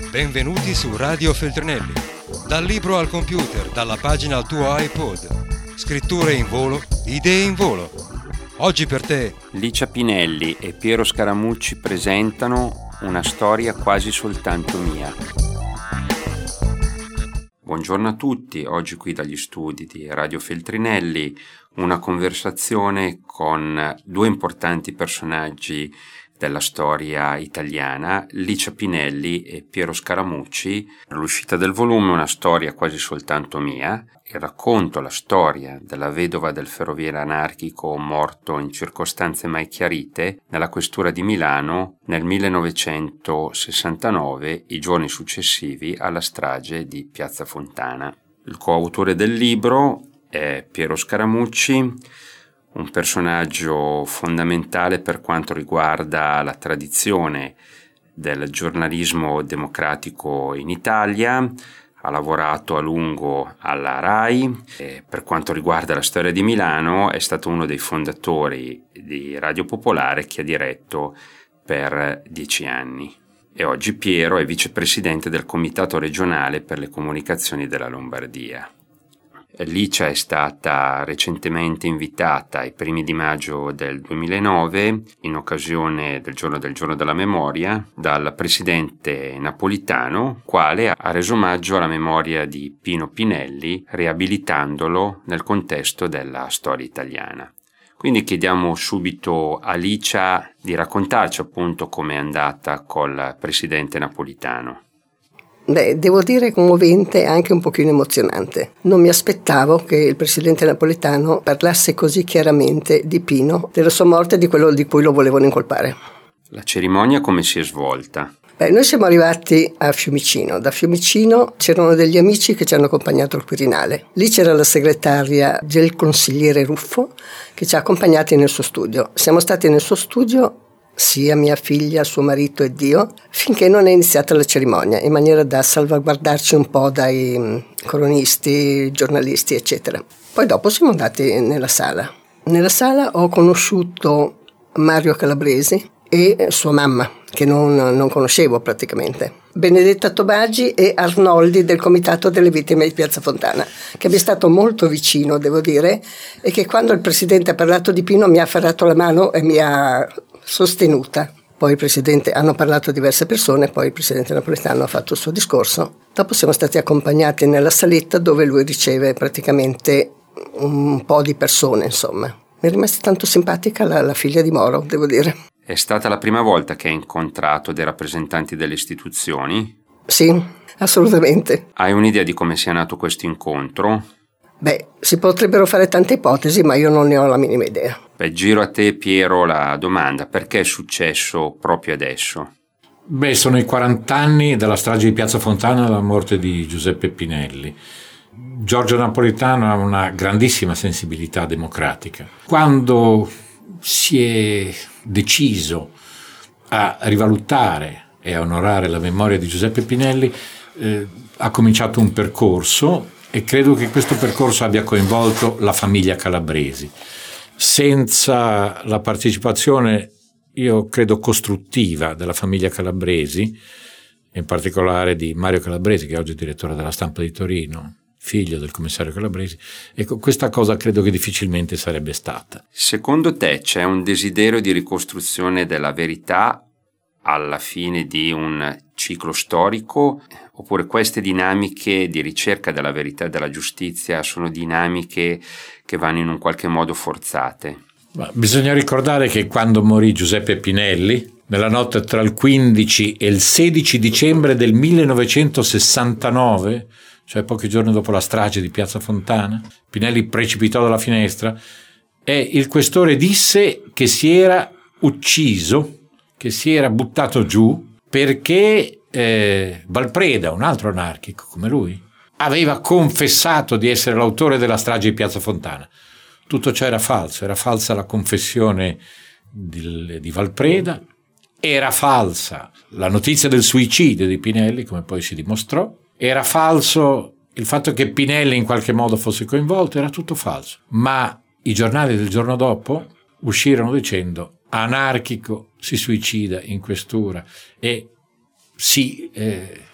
Benvenuti su Radio Feltrinelli. Dal libro al computer, dalla pagina al tuo iPod. Scritture in volo, idee in volo. Oggi per te Licia Pinelli e Piero Scaramucci presentano Una storia quasi soltanto mia. Buongiorno a tutti, oggi qui dagli studi di Radio Feltrinelli una conversazione con due importanti personaggi della storia italiana, Licia Pinelli e Piero Scaramucci. L'uscita del volume Una storia quasi soltanto mia, il racconto, la storia della vedova del ferroviere anarchico morto in circostanze mai chiarite nella questura di Milano nel 1969, i giorni successivi alla strage di Piazza Fontana. Il coautore del libro è Piero Scaramucci, un personaggio fondamentale per quanto riguarda la tradizione del giornalismo democratico in Italia. Ha lavorato a lungo alla RAI e per quanto riguarda la storia di Milano è stato uno dei fondatori di Radio Popolare che ha diretto per 10 anni. E oggi Piero è vicepresidente del Comitato regionale per le comunicazioni della Lombardia. Licia è stata recentemente invitata ai primi di maggio del 2009, in occasione del giorno della memoria, dal presidente Napolitano, quale ha reso omaggio alla memoria di Pino Pinelli, riabilitandolo nel contesto della storia italiana. Quindi chiediamo subito a Licia di raccontarci appunto com'è andata col presidente Napolitano. Devo dire commovente e anche un pochino emozionante. Non mi aspettavo che il presidente Napolitano parlasse così chiaramente di Pino, della sua morte e di quello di cui lo volevano incolpare. La cerimonia come si è svolta? Noi siamo arrivati a Fiumicino. Da Fiumicino c'erano degli amici che ci hanno accompagnato al Quirinale. Lì c'era la segretaria del consigliere Ruffo che ci ha accompagnati nel suo studio. Siamo stati nel suo studio, sia mia figlia, suo marito ed io, finché non è iniziata la cerimonia, in maniera da salvaguardarci un po' dai cronisti, giornalisti, eccetera. Poi dopo siamo andati nella sala. Nella sala ho conosciuto Mario Calabresi e sua mamma, che non conoscevo praticamente. Benedetta Tobagi e Arnoldi del Comitato delle Vittime di Piazza Fontana, che mi è stato molto vicino, devo dire, e che quando il presidente ha parlato di Pino mi ha afferrato la mano e mi ha sostenuta. Poi il presidente, hanno parlato diverse persone, poi il presidente Napolitano ha fatto il suo discorso. Dopo siamo stati accompagnati nella saletta dove lui riceve praticamente un po' di persone, insomma. Mi è rimasta tanto simpatica la figlia di Moro, devo dire. È stata la prima volta che hai incontrato dei rappresentanti delle istituzioni? Sì, assolutamente. Hai un'idea di come sia nato questo incontro? Si potrebbero fare tante ipotesi, ma io non ne ho la minima idea. Giro a te, Piero, la domanda: perché è successo proprio adesso? Sono i 40 anni dalla strage di Piazza Fontana e la morte di Giuseppe Pinelli. Giorgio Napolitano ha una grandissima sensibilità democratica. Quando si è deciso a rivalutare e a onorare la memoria di Giuseppe Pinelli, ha cominciato un percorso e credo che questo percorso abbia coinvolto la famiglia Calabresi. Senza la partecipazione, io credo costruttiva, della famiglia Calabresi, in particolare di Mario Calabresi, che oggi è direttore della Stampa di Torino, figlio del commissario Calabresi, ecco, questa cosa credo che difficilmente sarebbe stata. Secondo te c'è un desiderio di ricostruzione della verità alla fine di un ciclo storico, oppure queste dinamiche di ricerca della verità e della giustizia sono dinamiche che vanno in un qualche modo forzate? Bisogna ricordare che quando morì Giuseppe Pinelli, nella notte tra il 15 e il 16 dicembre del 1969, cioè pochi giorni dopo la strage di Piazza Fontana, Pinelli precipitò dalla finestra e il questore disse che si era ucciso, che si era buttato giù perché Valpreda, un altro anarchico come lui, aveva confessato di essere l'autore della strage di Piazza Fontana. Tutto ciò era falsa la confessione di Valpreda, era falsa la notizia del suicidio di Pinelli, come poi si dimostrò, era falso il fatto che Pinelli in qualche modo fosse coinvolto, era tutto falso. Ma i giornali del giorno dopo uscirono dicendo: anarchico si suicida in questura, e si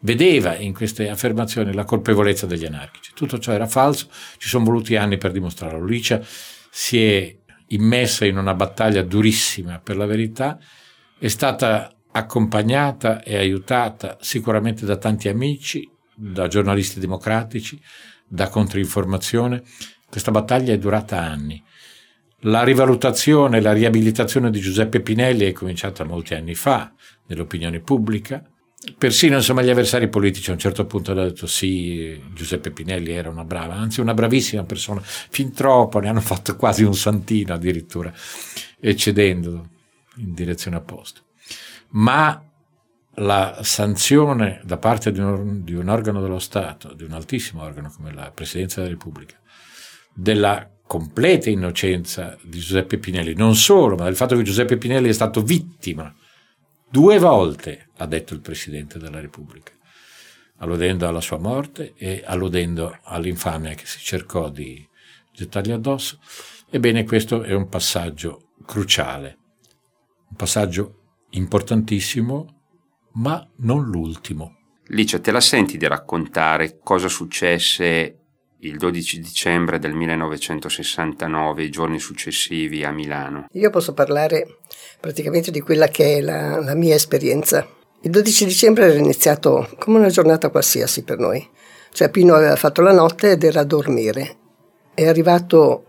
vedeva in queste affermazioni la colpevolezza degli anarchici. Tutto ciò era falso, ci sono voluti anni per dimostrarlo. Licia si è immessa in una battaglia durissima per la verità, è stata accompagnata e aiutata sicuramente da tanti amici, da giornalisti democratici, da controinformazione. Questa battaglia è durata anni. La rivalutazione, la riabilitazione di Giuseppe Pinelli è cominciata molti anni fa nell'opinione pubblica. Persino gli avversari politici a un certo punto hanno detto sì, Giuseppe Pinelli era una brava, anzi una bravissima persona, fin troppo, ne hanno fatto quasi un santino addirittura, eccedendo in direzione opposta. Ma la sanzione da parte di un organo dello Stato, di un altissimo organo come la Presidenza della Repubblica, della completa innocenza di Giuseppe Pinelli, non solo, ma del fatto che Giuseppe Pinelli è stato vittima 2 volte, ha detto il Presidente della Repubblica, alludendo alla sua morte e alludendo all'infamia che si cercò di gettargli addosso. Ebbene, questo è un passaggio cruciale, un passaggio importantissimo, ma non l'ultimo. Licia, te la senti di raccontare cosa successe il 12 dicembre del 1969, i giorni successivi a Milano? Io posso parlare praticamente di quella che è la mia esperienza. Il 12 dicembre era iniziato come una giornata qualsiasi per noi. Cioè Pino aveva fatto la notte ed era a dormire. È arrivato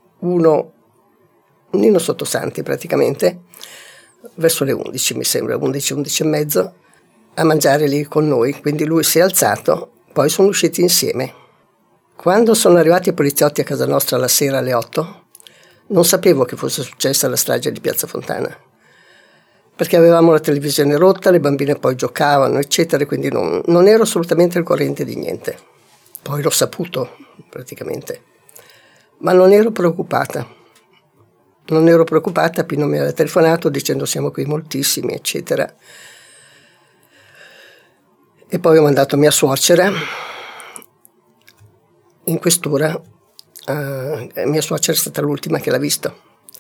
Nino Sottosanti praticamente, verso le 11 mi sembra, 11 e mezzo, a mangiare lì con noi. Quindi lui si è alzato, poi sono usciti insieme. Quando sono arrivati i poliziotti a casa nostra la sera alle 8, non sapevo che fosse successa la strage di Piazza Fontana, perché avevamo la televisione rotta, le bambine poi giocavano, eccetera, quindi non ero assolutamente al corrente di niente. Poi l'ho saputo, praticamente. Ma non ero preoccupata. Pino mi aveva telefonato dicendo siamo qui moltissimi, eccetera. E poi ho mandato mia suocera in questura. Mia suocera è stata l'ultima che l'ha visto.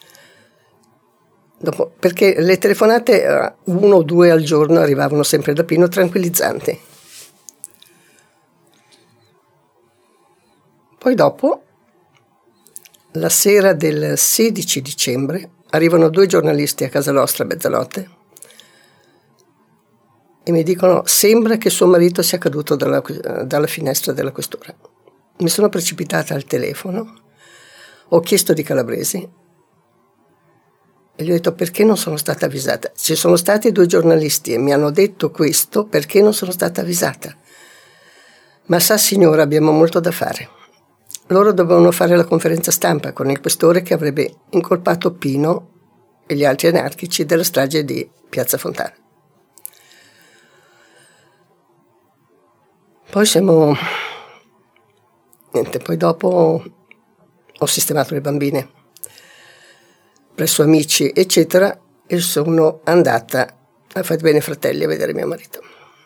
Dopo, perché le telefonate 1 o 2 al giorno arrivavano sempre da Pino tranquillizzanti. Poi dopo, la sera del 16 dicembre, arrivano 2 giornalisti a casa nostra a mezzanotte e mi dicono sembra che suo marito sia caduto dalla finestra della questura. Mi sono precipitata al telefono, ho chiesto di Calabresi e gli ho detto perché non sono stata avvisata. Ci sono stati 2 giornalisti e mi hanno detto questo, perché non sono stata avvisata. Ma sa signora, abbiamo molto da fare. Loro dovevano fare la conferenza stampa con il questore che avrebbe incolpato Pino e gli altri anarchici della strage di Piazza Fontana. Poi dopo ho sistemato le bambine presso amici, eccetera, e sono andata a Fate Bene Fratelli a vedere mio marito.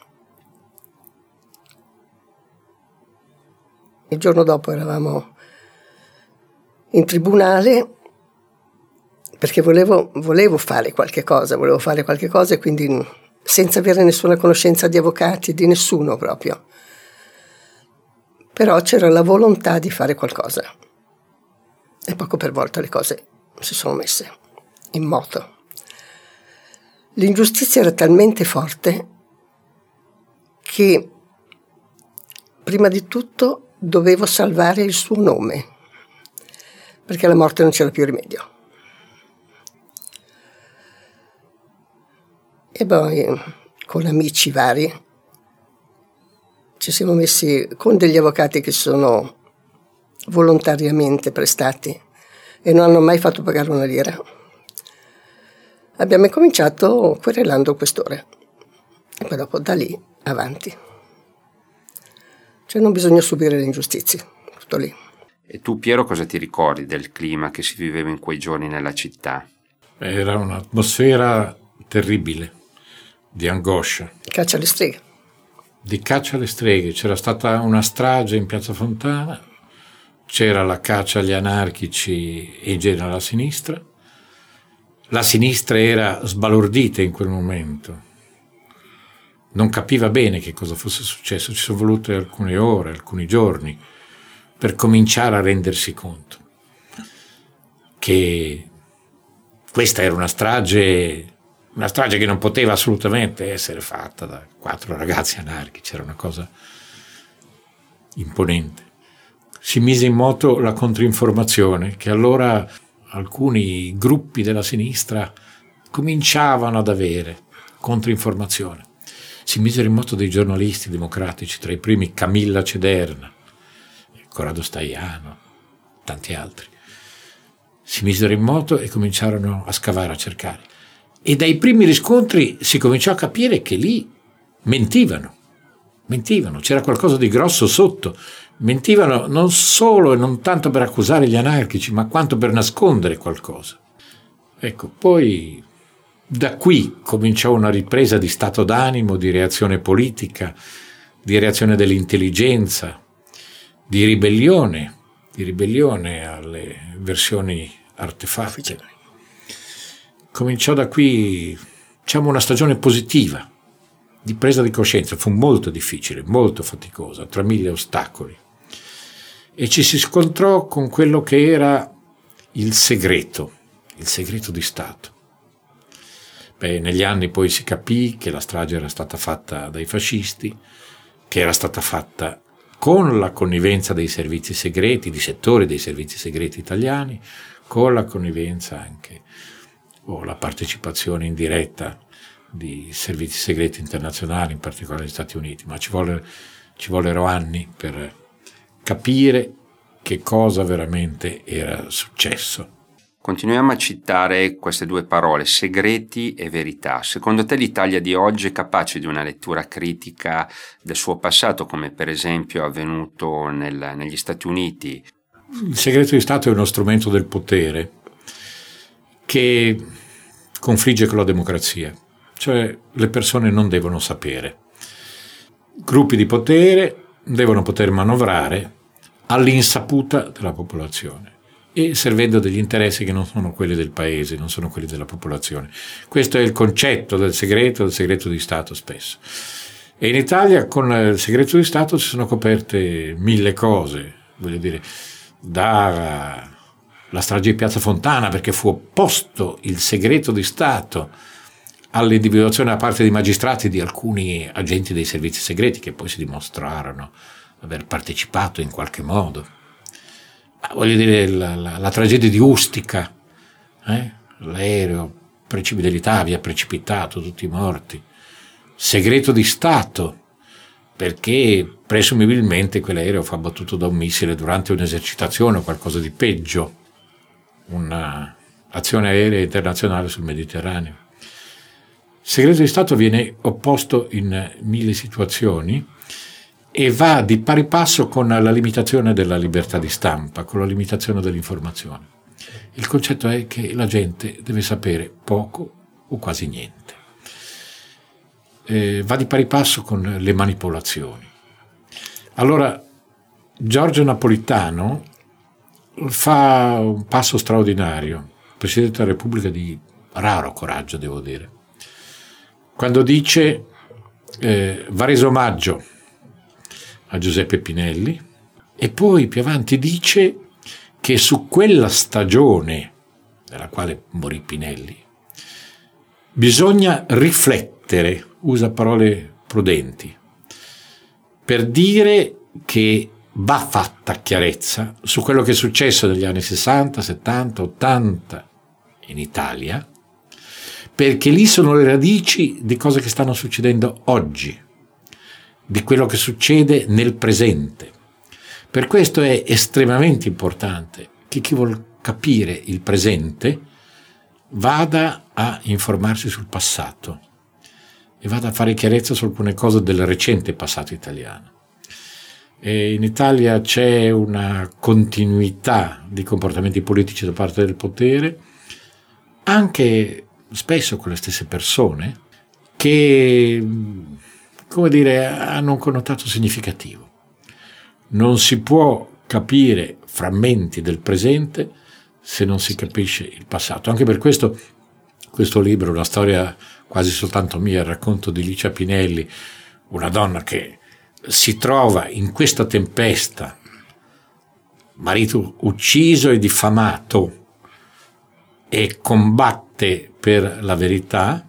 Il giorno dopo eravamo in tribunale perché volevo fare qualche cosa e quindi senza avere nessuna conoscenza di avvocati, di nessuno proprio. Però c'era la volontà di fare qualcosa e poco per volta le cose si sono messe in moto. L'ingiustizia era talmente forte che prima di tutto dovevo salvare il suo nome, perché alla morte non c'era più rimedio. E poi con amici vari ci siamo messi con degli avvocati che sono volontariamente prestati e non hanno mai fatto pagare una lira. Abbiamo cominciato querelando il questore e poi dopo da lì avanti. Cioè non bisogna subire le ingiustizie, tutto lì. E tu, Piero, cosa ti ricordi del clima che si viveva in quei giorni nella città? Era un'atmosfera terribile, di angoscia. Caccia alle streghe. Di caccia alle streghe. C'era stata una strage in Piazza Fontana, c'era la caccia agli anarchici e in genere alla sinistra. La sinistra era sbalordita in quel momento. non capiva bene che cosa fosse successo, ci sono volute alcune ore, alcuni giorni per cominciare a rendersi conto che questa era una strage che non poteva assolutamente essere fatta da 4 ragazzi anarchici, era una cosa imponente. Si mise in moto la controinformazione, che allora alcuni gruppi della sinistra cominciavano ad avere, controinformazione. Si misero in moto dei giornalisti democratici, tra i primi Camilla Cederna, Corrado Staiano, tanti altri. Si misero in moto e cominciarono a scavare, a cercare. E dai primi riscontri si cominciò a capire che lì mentivano, c'era qualcosa di grosso sotto. Mentivano non solo e non tanto per accusare gli anarchici, ma quanto per nascondere qualcosa. Ecco, poi da qui cominciò una ripresa di stato d'animo, di reazione politica, di reazione dell'intelligenza, di ribellione alle versioni artefatte. Cominciò da qui, diciamo, una stagione positiva di presa di coscienza. Fu molto difficile, molto faticosa, tra 1000 ostacoli. E ci si scontrò con quello che era il segreto di Stato. Negli anni poi si capì che la strage era stata fatta dai fascisti, che era stata fatta con la connivenza dei servizi segreti, di settori dei servizi segreti italiani, con la connivenza anche o la partecipazione indiretta di servizi segreti internazionali, in particolare negli Stati Uniti, ma ci vollero anni per capire che cosa veramente era successo. Continuiamo a citare queste 2 parole, segreti e verità. Secondo te l'Italia di oggi è capace di una lettura critica del suo passato, come per esempio è avvenuto negli Stati Uniti? Il segreto di Stato è uno strumento del potere che confligge con la democrazia, cioè le persone non devono sapere. Gruppi di potere devono poter manovrare all'insaputa della popolazione e servendo degli interessi che non sono quelli del paese, non sono quelli della popolazione. Questo è il concetto del segreto di Stato spesso. E in Italia con il segreto di Stato si sono coperte 1000 cose, voglio dire, dalla strage di Piazza Fontana, perché fu opposto il segreto di Stato all'individuazione da parte dei magistrati di alcuni agenti dei servizi segreti che poi si dimostrarono aver partecipato in qualche modo. Ma voglio dire, la tragedia di Ustica, l'aereo dell'Italia vi ha precipitato, tutti morti. Segreto di Stato, perché presumibilmente quell'aereo fu abbattuto da un missile durante un'esercitazione o qualcosa di peggio, un'azione aerea internazionale sul Mediterraneo. Il segreto di Stato viene opposto in 1000 situazioni e va di pari passo con la limitazione della libertà di stampa, con la limitazione dell'informazione. Il concetto è che la gente deve sapere poco o quasi niente. Va di pari passo con le manipolazioni. Allora, Giorgio Napolitano fa un passo straordinario, Presidente della Repubblica di raro coraggio, devo dire, quando dice va reso omaggio a Giuseppe Pinelli e poi più avanti dice che su quella stagione nella quale morì Pinelli bisogna riflettere, usa parole prudenti, per dire che va fatta chiarezza su quello che è successo negli anni 60, 70, 80 in Italia, perché lì sono le radici di cose che stanno succedendo oggi, di quello che succede nel presente. Per questo è estremamente importante che chi vuol capire il presente vada a informarsi sul passato e vada a fare chiarezza su alcune cose del recente passato italiano. E in Italia c'è una continuità di comportamenti politici da parte del potere, anche spesso con le stesse persone, che, come dire, hanno un connotato significativo. Non si può capire frammenti del presente se non si capisce il passato. Anche per questo questo libro, una storia quasi soltanto mia, il racconto di Licia Pinelli, una donna che si trova in questa tempesta, marito ucciso e diffamato, e combatte per la verità.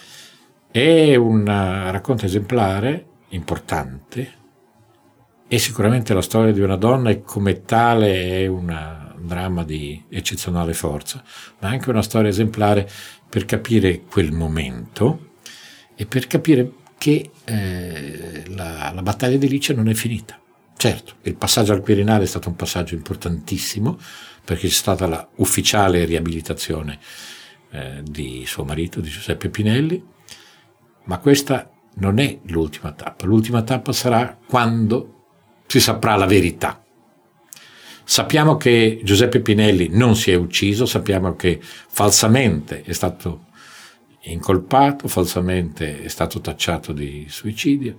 È un racconto esemplare, importante, è sicuramente la storia di una donna e come tale è un dramma di eccezionale forza, ma anche una storia esemplare per capire quel momento e per capire che la battaglia di Licia non è finita. Certo, il passaggio al Quirinale è stato un passaggio importantissimo, perché c'è stata la ufficiale riabilitazione di suo marito, di Giuseppe Pinelli, ma questa non è l'ultima tappa. L'ultima tappa sarà quando si saprà la verità. Sappiamo che Giuseppe Pinelli non si è ucciso, sappiamo che falsamente è stato incolpato, falsamente è stato tacciato di suicidio,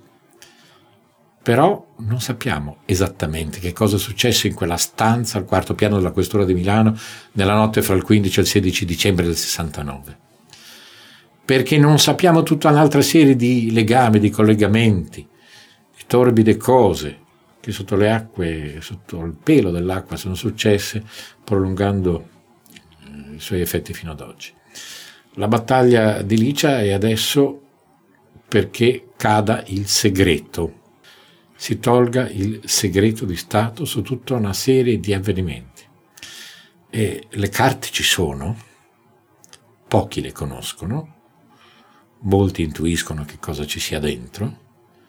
però non sappiamo esattamente che cosa è successo in quella stanza al quarto piano della Questura di Milano nella notte fra il 15 e il 16 dicembre del 69, perché non sappiamo tutta un'altra serie di legami, di collegamenti, di torbide cose che sotto le acque, sotto il pelo dell'acqua sono successe, prolungando i suoi effetti fino ad oggi. La battaglia di Licia è adesso perché cada il segreto, si tolga il segreto di Stato su tutta una serie di avvenimenti. E le carte ci sono, pochi le conoscono, molti intuiscono che cosa ci sia dentro,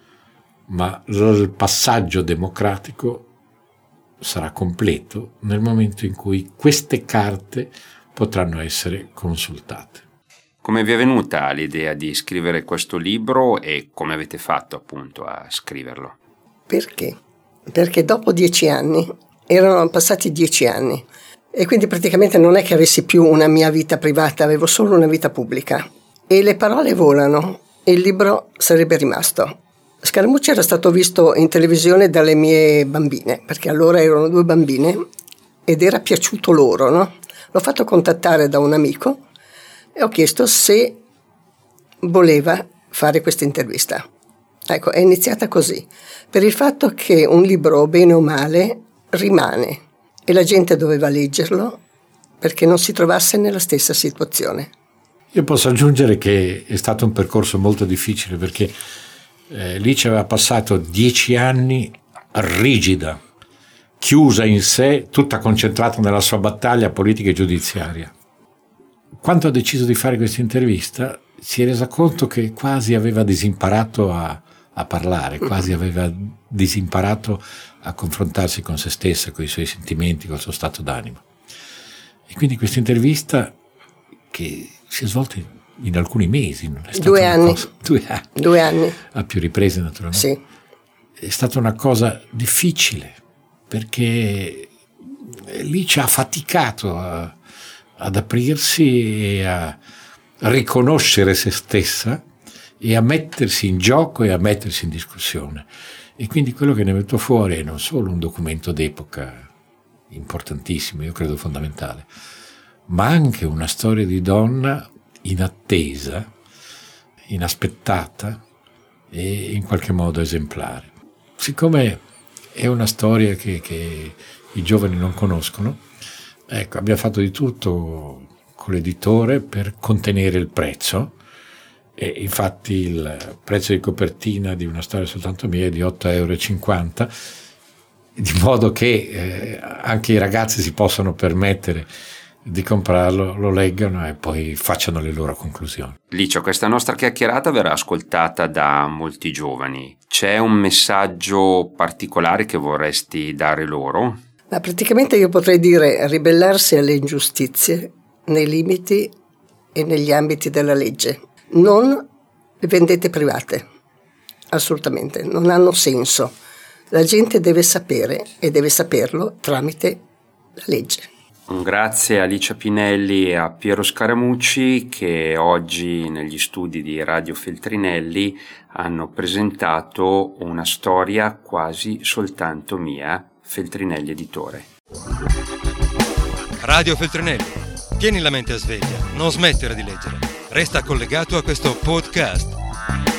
ma il passaggio democratico sarà completo nel momento in cui queste carte potranno essere consultate. Come vi è venuta l'idea di scrivere questo libro e come avete fatto appunto a scriverlo? Perché? Perché dopo 10 anni, erano passati 10 anni, e quindi praticamente non è che avessi più una mia vita privata, avevo solo una vita pubblica. E le parole volano, e il libro sarebbe rimasto. Scaramucci era stato visto in televisione dalle mie bambine, perché allora erano 2 bambine, ed era piaciuto loro, no? L'ho fatto contattare da un amico e ho chiesto se voleva fare questa intervista. Ecco, è iniziata così, per il fatto che un libro, bene o male, rimane, e la gente doveva leggerlo perché non si trovasse nella stessa situazione. Io posso aggiungere che è stato un percorso molto difficile, perché Licia aveva passato 10 anni rigida, chiusa in sé, tutta concentrata nella sua battaglia politica e giudiziaria. Quando ha deciso di fare questa intervista si è resa conto che quasi aveva disimparato a parlare, quasi aveva disimparato a confrontarsi con se stessa, con i suoi sentimenti, col suo stato d'animo. E quindi questa intervista, che si è svolta in alcuni mesi, non è stata 2 anni. 2 anni. A più riprese, naturalmente. Sì. È stata una cosa difficile, perché Licia ha faticato ad aprirsi e a riconoscere se stessa e a mettersi in gioco e a mettersi in discussione. E quindi quello che ne è venuto fuori è non solo un documento d'epoca importantissimo, io credo fondamentale, ma anche una storia di donna in attesa, inaspettata e in qualche modo esemplare. Siccome è una storia che i giovani non conoscono, ecco, abbiamo fatto di tutto con l'editore per contenere il prezzo, e infatti il prezzo di copertina di Una storia soltanto mia è di 8,50 €, di modo che anche i ragazzi si possano permettere di comprarlo, lo leggano e poi facciano le loro conclusioni. Licia, questa nostra chiacchierata verrà ascoltata da molti giovani. C'è un messaggio particolare che vorresti dare loro? Ma praticamente io potrei dire ribellarsi alle ingiustizie nei limiti e negli ambiti della legge. Non le vendette private, assolutamente, non hanno senso. La gente deve sapere e deve saperlo tramite la legge. Un grazie a Licia Pinelli e a Piero Scaramucci, che oggi negli studi di Radio Feltrinelli hanno presentato Una storia quasi soltanto mia, Feltrinelli editore. Radio Feltrinelli, Tieni la mente a sveglia, non smettere di leggere. Resta collegato a questo podcast.